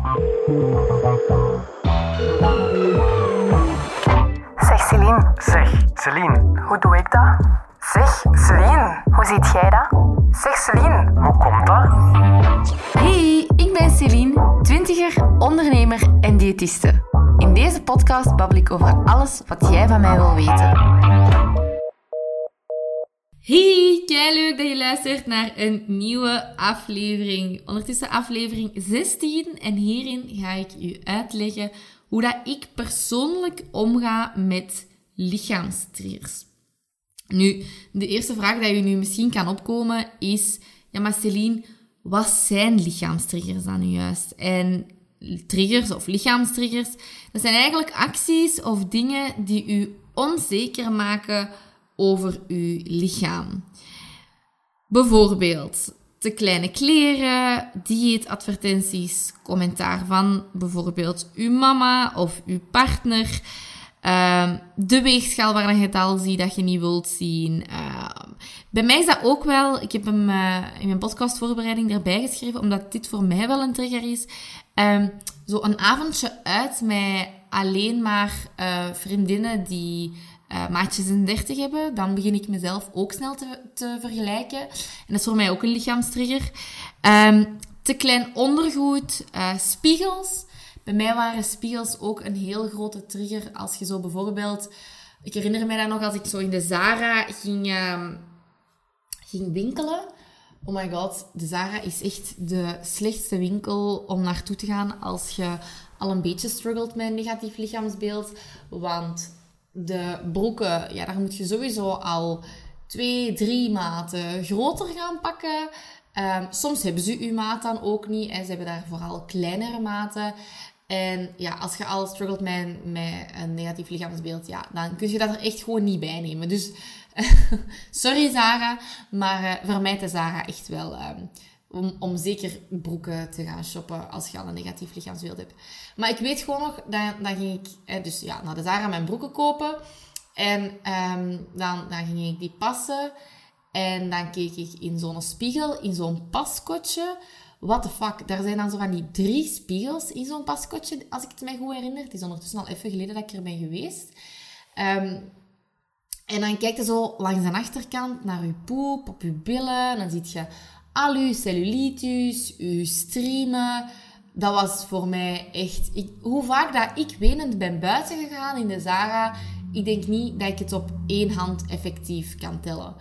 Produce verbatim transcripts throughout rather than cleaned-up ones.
Zeg Celine. Zeg, Celine. Hoe doe ik dat? Zeg Celine. Hoe ziet jij dat? Zeg Celine. Hoe komt dat? Hey, ik ben Celine, twintiger, ondernemer en diëtiste. In deze podcast babbel ik over alles wat jij van mij wil weten. Hey, kei leuk dat je luistert naar een nieuwe aflevering. Ondertussen aflevering zestien en hierin ga ik u uitleggen hoe dat ik persoonlijk omga met lichaamstriggers. Nu, de eerste vraag die je nu misschien kan opkomen is, ja maar Celine, wat zijn lichaamstriggers dan nu juist? En triggers of lichaamstriggers, dat zijn eigenlijk acties of dingen die u onzeker maken over uw lichaam. Bijvoorbeeld te kleine kleren, dieetadvertenties, commentaar van bijvoorbeeld uw mama of uw partner, uh, de weegschaal waar je het al ziet dat je niet wilt zien. Uh, bij mij is dat ook wel, ik heb hem uh, in mijn podcastvoorbereiding erbij geschreven, omdat dit voor mij wel een trigger is. Uh, zo een avondje uit met alleen maar uh, vriendinnen die Uh, maatjes in dertig hebben, dan begin ik mezelf ook snel te, te vergelijken. En dat is voor mij ook een lichaamstrigger. Um, te klein ondergoed, uh, spiegels. Bij mij waren spiegels ook een heel grote trigger. Als je zo bijvoorbeeld... Ik herinner me dat nog als ik zo in de Zara ging, uh, ging winkelen. Oh my god, de Zara is echt de slechtste winkel om naartoe te gaan als je al een beetje struggelt met een negatief lichaamsbeeld. Want de broeken, ja, daar moet je sowieso al twee, drie maten groter gaan pakken. Um, soms hebben ze uw maat dan ook niet. En ze hebben daar vooral kleinere maten. En ja, als je al struggelt met, met een negatief lichaamsbeeld, ja, dan kun je dat er echt gewoon niet bij nemen. Dus, sorry Zara, maar uh, vermijd de Zara echt wel. Um, Om, om zeker broeken te gaan shoppen als je al een negatief lichaamsbeeld hebt. Maar ik weet gewoon nog, dan, dan ging ik eh, dus ja, naar de Zara mijn broeken kopen. En um, dan, dan ging ik die passen. En dan keek ik in zo'n spiegel, in zo'n paskotje. What the fuck, daar zijn dan zo van die drie spiegels in zo'n paskotje, als ik het mij goed herinner. Het is ondertussen al even geleden dat ik er ben geweest. Um, en dan kijk je zo langs de achterkant naar je poep, op je billen. En dan zie je al uw cellulitis, uw striemen. Dat was voor mij echt... Ik, hoe vaak dat ik wenend ben buiten gegaan in de Zara, ik denk niet dat ik het op één hand effectief kan tellen.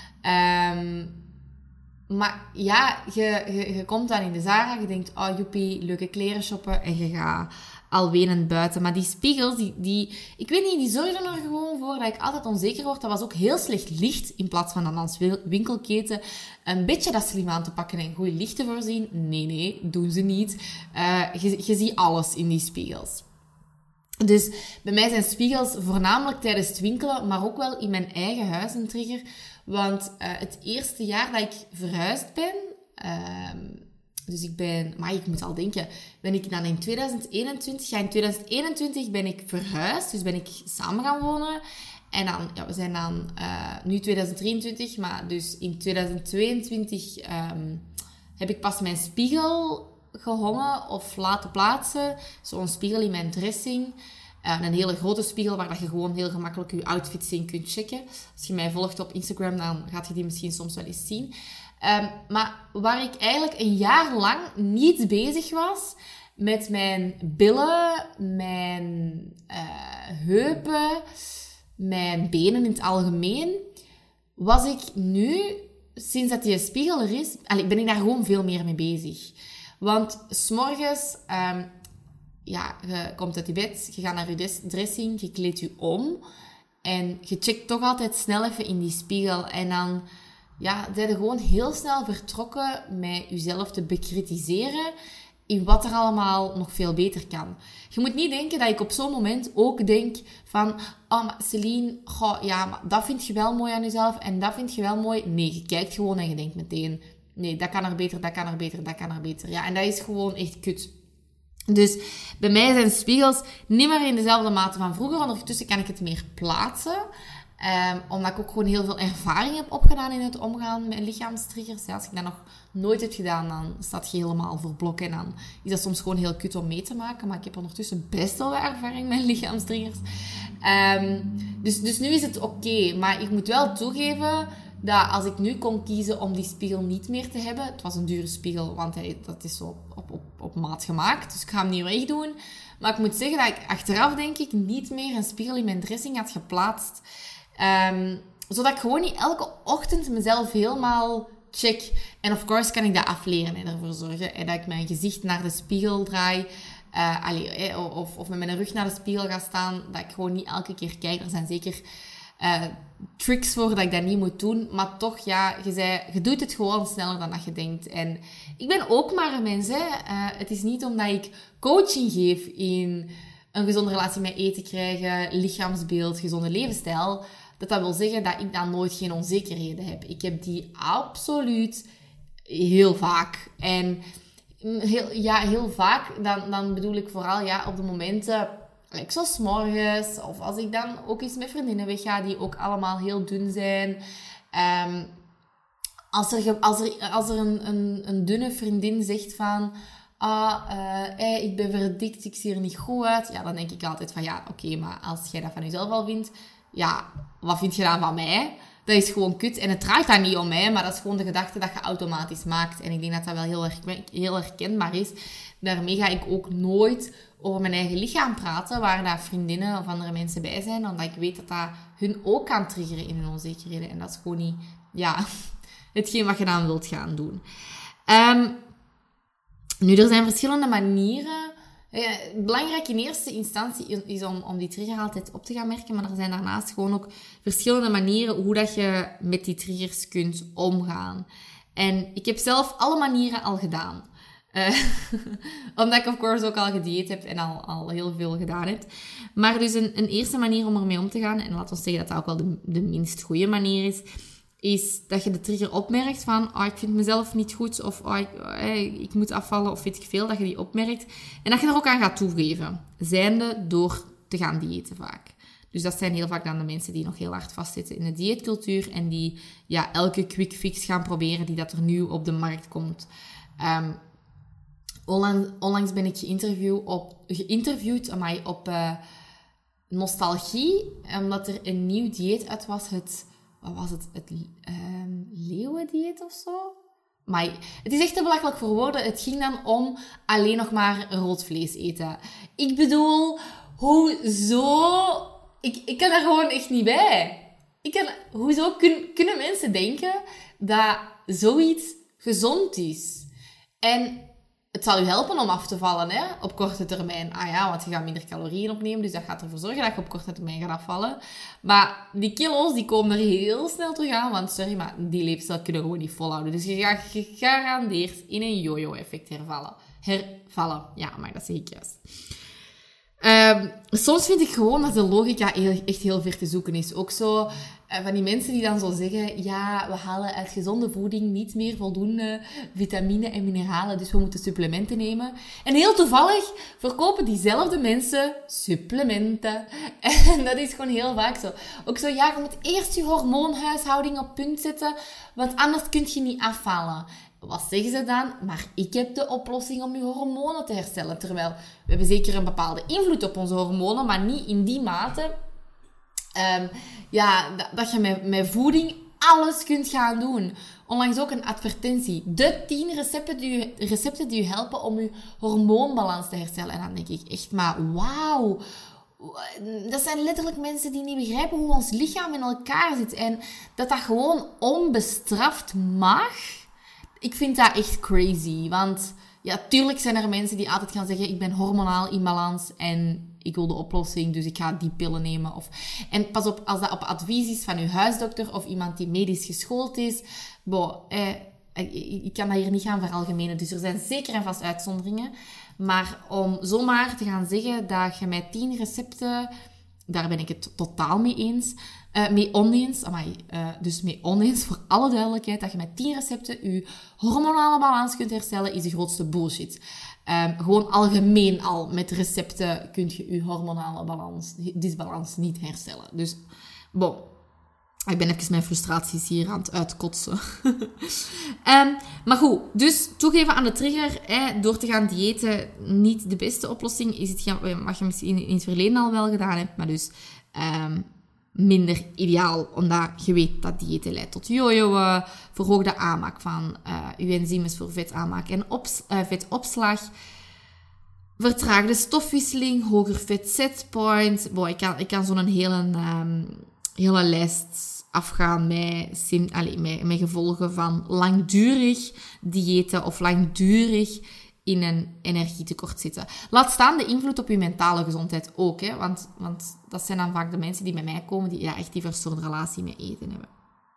Um, maar ja, je, je, je komt dan in de Zara, je denkt, oh joepie, leuke kleren shoppen en je gaat al wenend buiten. Maar die spiegels, die, die, ik weet niet, die zorgden er gewoon voor dat ik altijd onzeker word. Dat was ook heel slecht licht, in plaats van dan als winkelketen een beetje dat slim aan te pakken en goed licht te voorzien. Nee, nee, doen ze niet. Uh, je, je ziet alles in die spiegels. Dus bij mij zijn spiegels voornamelijk tijdens het winkelen, maar ook wel in mijn eigen huis een trigger. Want uh, het eerste jaar dat ik verhuisd ben... Uh, Dus ik ben... Maar ik moet al denken... Ben ik dan in tweeduizend eenentwintig... Ja, in tweeduizend eenentwintig ben ik verhuisd. Dus ben ik samen gaan wonen. En dan... Ja, we zijn dan... Uh, nu tweeduizend drieëntwintig. Maar dus in tweeduizend tweeëntwintig... Um, heb ik pas mijn spiegel gehongen of laten plaatsen. Zo'n spiegel in mijn dressing. Uh, een hele grote spiegel waar dat je gewoon heel gemakkelijk je outfits in kunt checken. Als je mij volgt op Instagram, dan gaat je die misschien soms wel eens zien. Um, maar waar ik eigenlijk een jaar lang niet bezig was met mijn billen, mijn uh, heupen, mijn benen in het algemeen, was ik nu, sinds dat die spiegel er is, allee, ben ik daar gewoon veel meer mee bezig. Want 's morgens, um, ja, je komt uit je bed, je gaat naar je dressing, je kleedt je om en je checkt toch altijd snel even in die spiegel en dan... Ja, zijn je gewoon heel snel vertrokken met jezelf te bekritiseren in wat er allemaal nog veel beter kan. Je moet niet denken dat ik op zo'n moment ook denk van... Oh, maar Celine, goh, ja, maar dat vind je wel mooi aan jezelf en dat vind je wel mooi. Nee, je kijkt gewoon en je denkt meteen... Nee, dat kan er beter, dat kan er beter, dat kan er beter. Ja, en dat is gewoon echt kut. Dus bij mij zijn spiegels niet meer in dezelfde mate van vroeger. Ondertussen kan ik het meer plaatsen. Um, omdat ik ook gewoon heel veel ervaring heb opgedaan in het omgaan met lichaamstriggers. Ja, als je dat nog nooit hebt gedaan, dan staat je helemaal voor blok. En dan is dat soms gewoon heel kut om mee te maken. Maar ik heb ondertussen best wel wat ervaring met lichaamstriggers. Um, dus, dus nu is het oké. Okay. Maar ik moet wel toegeven dat als ik nu kon kiezen om die spiegel niet meer te hebben... Het was een dure spiegel, want hij, dat is zo op, op, op maat gemaakt. Dus ik ga hem niet wegdoen. Maar ik moet zeggen dat ik achteraf, denk ik, niet meer een spiegel in mijn dressing had geplaatst... Um, zodat ik gewoon niet elke ochtend mezelf helemaal check. En of course kan ik dat afleren en ervoor zorgen. En dat ik mijn gezicht naar de spiegel draai. Uh, allee, eh, of, of met mijn rug naar de spiegel ga staan. Dat ik gewoon niet elke keer kijk. Er zijn zeker uh, tricks voor dat ik dat niet moet doen. Maar toch, ja, je, zei, je doet het gewoon sneller dan dat je denkt. En ik ben ook maar een mens. Hè. Uh, het is niet omdat ik coaching geef in een gezonde relatie met eten krijgen, lichaamsbeeld, gezonde levensstijl... Dat dat wil zeggen dat ik dan nooit geen onzekerheden heb. Ik heb die absoluut heel vaak. En heel, ja, heel vaak, dan, dan bedoel ik vooral ja, op de momenten... Ik zo 's morgens, of als ik dan ook eens met vriendinnen wegga, die ook allemaal heel dun zijn. Um, als er, als er, als er een, een, een dunne vriendin zegt van... Ah, uh, hey, ik ben verdikt, ik zie er niet goed uit. Ja, dan denk ik altijd van ja, oké, okay, maar als jij dat van jezelf al vindt... Ja, wat vind je dan van mij? Dat is gewoon kut. En het draait dan niet om mij, maar dat is gewoon de gedachte dat je automatisch maakt. En ik denk dat dat wel heel, erg, heel herkenbaar is. Daarmee ga ik ook nooit over mijn eigen lichaam praten, waar daar vriendinnen of andere mensen bij zijn, omdat ik weet dat dat hun ook kan triggeren in hun onzekerheden. En dat is gewoon niet, ja, hetgeen wat je dan wilt gaan doen. Um, nu, er zijn verschillende manieren... Ja, belangrijk in eerste instantie is om, om die trigger altijd op te gaan merken, maar er zijn daarnaast gewoon ook verschillende manieren hoe dat je met die triggers kunt omgaan. En ik heb zelf alle manieren al gedaan. Uh, omdat ik of course ook al gedieet heb en al, al heel veel gedaan heb. Maar dus een, een eerste manier om ermee om te gaan, en laten we zeggen dat dat ook wel de, de minst goede manier is, is dat je de trigger opmerkt van, oh, ik vind mezelf niet goed, of oh, ik, oh, ik moet afvallen, of weet ik veel, dat je die opmerkt. En dat je er ook aan gaat toegeven. Zijnde door te gaan diëten vaak. Dus dat zijn heel vaak dan de mensen die nog heel hard vastzitten in de dieetcultuur en die ja, elke quick fix gaan proberen die dat er nu op de markt komt. Um, onlangs, onlangs ben ik geïnterviewd op, geïnterviewd amai, op uh, Nostalgie, omdat er een nieuw dieet uit was, het... Wat was het? Het um, leeuwendieet of zo? Maar het is echt te belachelijk voor woorden. Het ging dan om alleen nog maar rood vlees eten. Ik bedoel, hoezo? Ik, ik kan daar gewoon echt niet bij. Ik kan, hoezo kun, kunnen mensen denken dat zoiets gezond is? En het zal u helpen om af te vallen, hè? Op korte termijn. Ah ja, want je gaat minder calorieën opnemen, dus dat gaat ervoor zorgen dat je op korte termijn gaat afvallen. Maar die kilo's, die komen er heel snel terug aan, want sorry, maar die leefstijl kunnen gewoon niet volhouden. Dus je gaat gegarandeerd in een yo-yo-effect hervallen. Hervallen, ja, maar dat zeg ik juist. Um, soms vind ik gewoon dat de logica heel, echt heel ver te zoeken is. Ook zo... Van die mensen die dan zo zeggen, ja, we halen uit gezonde voeding niet meer voldoende vitamine en mineralen, dus we moeten supplementen nemen. En heel toevallig verkopen diezelfde mensen supplementen. En dat is gewoon heel vaak zo. Ook zo, ja, je moet eerst je hormoonhuishouding op punt zetten, want anders kun je niet afvallen. Wat zeggen ze dan? Maar ik heb de oplossing om je hormonen te herstellen. Terwijl, we hebben zeker een bepaalde invloed op onze hormonen, maar niet in die mate... Um, ja, dat, dat je met, met voeding alles kunt gaan doen. Onlangs ook een advertentie. De tien recepten die, u, recepten die u helpen om uw hormoonbalans te herstellen. En dan denk ik echt maar, wauw. Dat zijn letterlijk mensen die niet begrijpen hoe ons lichaam in elkaar zit. En dat dat gewoon onbestraft mag. Ik vind dat echt crazy. Want ja, tuurlijk zijn er mensen die altijd gaan zeggen, ik ben hormonaal in balans en... ik wil de oplossing, dus ik ga die pillen nemen. Of... En pas op, als dat op advies is van uw huisdokter of iemand die medisch geschoold is. Bon, eh, ik kan dat hier niet gaan veralgemenen. Dus er zijn zeker en vast uitzonderingen. Maar om zomaar te gaan zeggen dat je met tien recepten... Daar ben ik het totaal mee eens. Uh, mee oneens. Amai, uh, dus mee oneens voor alle duidelijkheid. Dat je met tien recepten je hormonale balans kunt herstellen, is de grootste bullshit. Um, gewoon algemeen al met recepten kun je je hormonale balans, disbalans niet herstellen. Dus, bon. Ik ben even mijn frustraties hier aan het uitkotsen. um, maar goed, dus toegeven aan de trigger, hè, door te gaan diëten, niet de beste oplossing. Is het wat je misschien in het verleden al wel gedaan hebt, maar dus um, minder ideaal, omdat je weet dat diëten leidt tot jojoen, verhoogde aanmaak van uh, je enzymes voor vetaanmaak en ops, uh, vetopslag, vertraagde stofwisseling, hoger vet setpoint. Boy, ik kan, ik kan zo'n hele, um, hele lijst afgaan met, sim, allez, met, met gevolgen van langdurig diëten of langdurig in een energietekort zitten. Laat staan de invloed op je mentale gezondheid ook, hè, want, want dat zijn dan vaak de mensen die bij mij komen die ja, echt die verstoorde relatie met eten hebben.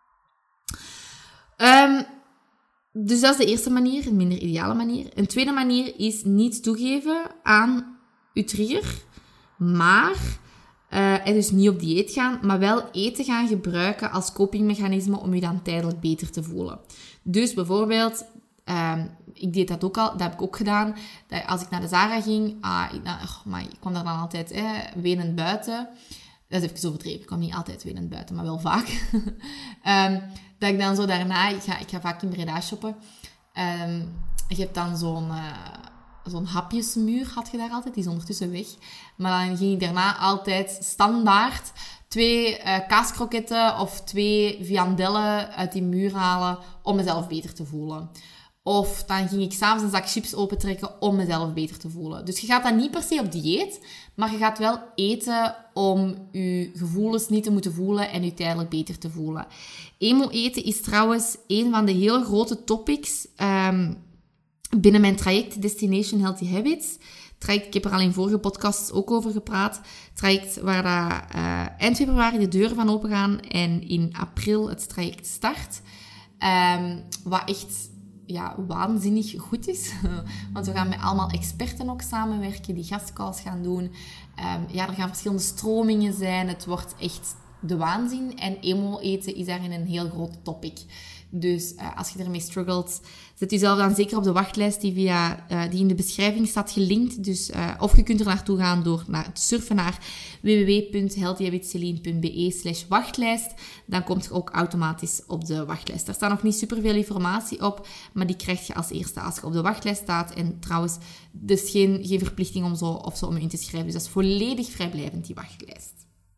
Um, dus dat is de eerste manier, een minder ideale manier. Een tweede manier is niet toegeven aan je trigger, maar Uh, en dus niet op dieet gaan, maar wel eten gaan gebruiken als copingmechanisme om je dan tijdelijk beter te voelen. Dus bijvoorbeeld, uh, ik deed dat ook al, dat heb ik ook gedaan. Dat als ik naar de Zara ging, ah, ik, nou, oh, maar ik kwam daar dan altijd eh, wenend buiten. Dat is even overdreven, ik kwam niet altijd wenend buiten, maar wel vaak. um, dat ik dan zo daarna, ik ga, ik ga vaak in Breda shoppen. Um, je hebt dan zo'n... Uh, Zo'n hapjesmuur had je daar altijd, die is ondertussen weg. Maar dan ging ik daarna altijd standaard twee uh, kaaskroketten of twee viandellen uit die muur halen om mezelf beter te voelen. Of dan ging ik s'avonds een zak chips opentrekken om mezelf beter te voelen. Dus je gaat dan niet per se op dieet, maar je gaat wel eten om je gevoelens niet te moeten voelen en je tijdelijk beter te voelen. Emo-eten is trouwens een van de hele grote topics Um, binnen mijn traject Destination Healthy Habits. Traject, ik heb er al in vorige podcasts ook over gepraat. Traject waar dat, uh, eind februari de deuren van open gaan en in april het traject start. Um, wat echt ja, waanzinnig goed is. Want we gaan met allemaal experten ook samenwerken, die gastcalls gaan doen. Um, ja, er gaan verschillende stromingen zijn. Het wordt echt de waanzin. En emo-eten is daarin een heel groot topic. Dus uh, als je ermee struggelt, zet jezelf dan zeker op de wachtlijst die, via, uh, die in de beschrijving staat gelinkt. Dus, uh, of je kunt er naartoe gaan door naar, te surfen naar w w w punt healthy habits celine punt b e slash wachtlijst. Dan komt je ook automatisch op de wachtlijst. Daar staat nog niet superveel informatie op, maar die krijg je als eerste als je op de wachtlijst staat. En trouwens, er is geen, geen verplichting om zo, of zo om je in te schrijven. Dus dat is volledig vrijblijvend, die wachtlijst.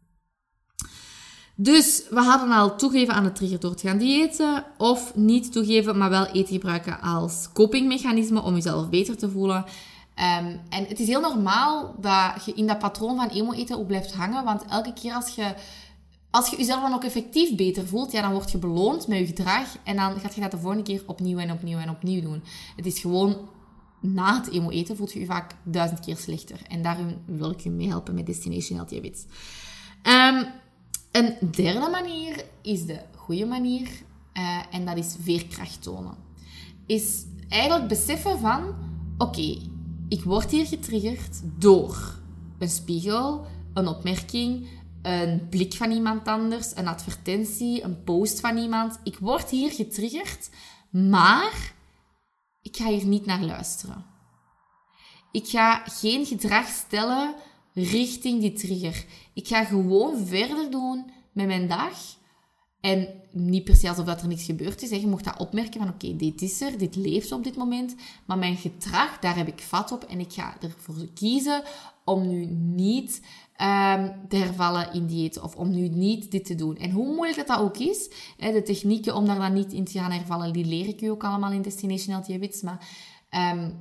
Dus we hadden al toegeven aan de trigger door te gaan diëten, of niet toegeven, maar wel eten gebruiken als copingmechanisme om jezelf beter te voelen. Um, en het is heel normaal dat je in dat patroon van emo-eten ook blijft hangen, want elke keer als je, als je jezelf dan ook effectief beter voelt, ja, dan word je beloond met je gedrag en dan gaat je dat de volgende keer opnieuw en opnieuw en opnieuw doen. Het is gewoon, na het emo-eten voelt je je vaak duizend keer slechter. En daarom wil ik je meehelpen met Destination Healthy Habits. Um, Een derde manier is de goede manier, uh, en dat is veerkracht tonen. Is eigenlijk beseffen van, oké, okay, ik word hier getriggerd door een spiegel, een opmerking, een blik van iemand anders, een advertentie, een post van iemand. Ik word hier getriggerd, maar ik ga hier niet naar luisteren. Ik ga geen gedrag stellen richting die trigger. Ik ga gewoon verder doen met mijn dag. En niet per se alsof dat er niks gebeurd is. Hè. Je mocht dat opmerken van oké, okay, dit is er, dit leeft op dit moment. Maar mijn gedrag, daar heb ik vat op. En ik ga ervoor kiezen om nu niet um, te hervallen in dieet. Of om nu niet dit te doen. En hoe moeilijk dat, dat ook is. Hè, de technieken om daar dan niet in te gaan hervallen, die leer ik u ook allemaal in Destination Healthy Habits. Maar um,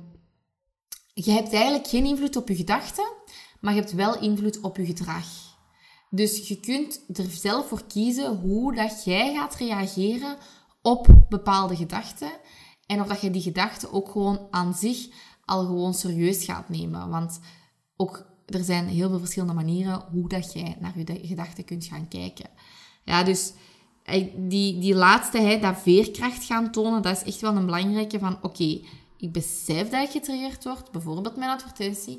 je hebt eigenlijk geen invloed op je gedachten. Maar je hebt wel invloed op je gedrag. Dus je kunt er zelf voor kiezen hoe dat jij gaat reageren op bepaalde gedachten. En of dat je die gedachten ook gewoon aan zich al gewoon serieus gaat nemen. Want ook, er zijn heel veel verschillende manieren hoe dat jij naar je gedachten kunt gaan kijken. Ja, dus die, die laatste, hè, dat veerkracht gaan tonen, dat is echt wel een belangrijke van oké, okay, ik besef dat ik getriggerd word, bijvoorbeeld mijn advertentie,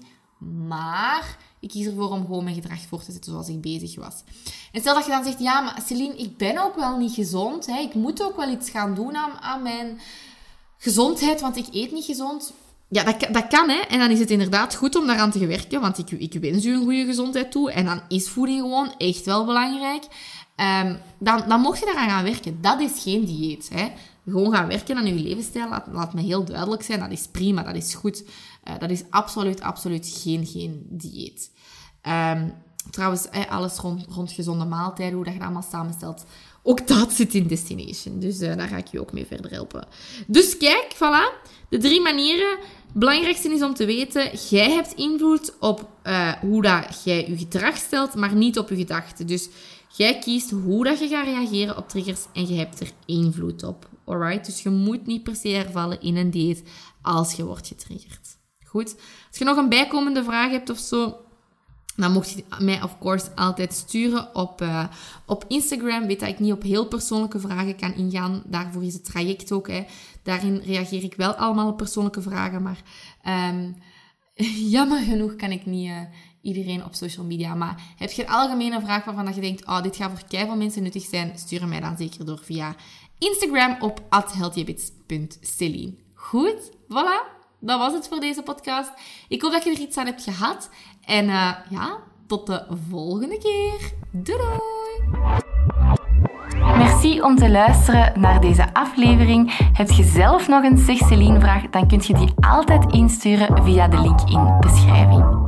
maar ik kies ervoor om gewoon mijn gedrag voor te zetten zoals ik bezig was. En stel dat je dan zegt, ja, maar Celine, ik ben ook wel niet gezond. Hè? Ik moet ook wel iets gaan doen aan, aan mijn gezondheid, want ik eet niet gezond. Ja, dat, dat kan, hè. En dan is het inderdaad goed om daaraan te werken, want ik, ik wens u een goede gezondheid toe. En dan is voeding gewoon echt wel belangrijk. Um, dan, dan mocht je daaraan gaan werken. Dat is geen dieet. Hè. Gewoon gaan werken aan je levensstijl. Laat, laat me heel duidelijk zijn. Dat is prima, dat is goed. Uh, dat is absoluut, absoluut geen, geen dieet. Um, trouwens, eh, alles rond, rond gezonde maaltijden, hoe dat je dat allemaal samenstelt, ook dat zit in Destination. Dus uh, daar ga ik je ook mee verder helpen. Dus kijk, voilà. De drie manieren. Het belangrijkste is om te weten, jij hebt invloed op uh, hoe dat jij je gedrag stelt, maar niet op je gedachten. Dus jij kiest hoe dat je gaat reageren op triggers en je hebt er invloed op. Alright? Dus je moet niet per se hervallen in een dieet als je wordt getriggerd. Goed? Als je nog een bijkomende vraag hebt of zo, dan mocht je mij, of course, altijd sturen op, uh, op Instagram. Weet dat ik niet op heel persoonlijke vragen kan ingaan. Daarvoor is het traject ook. Hè. Daarin reageer ik wel allemaal op persoonlijke vragen. Maar um, jammer genoeg kan ik niet uh, iedereen op social media. Maar heb je een algemene vraag waarvan dat je denkt, oh, dit gaat voor keiveel mensen nuttig zijn, stuur mij dan zeker door via Instagram op at healthyhabits punt celine. Goed, voilà. Dat was het voor deze podcast. Ik hoop dat je er iets aan hebt gehad. En uh, ja, tot de volgende keer. Doei doei! Merci om te luisteren naar deze aflevering. Heb je zelf nog een Zeg Celine vraag, dan kun je die altijd insturen via de link in de beschrijving.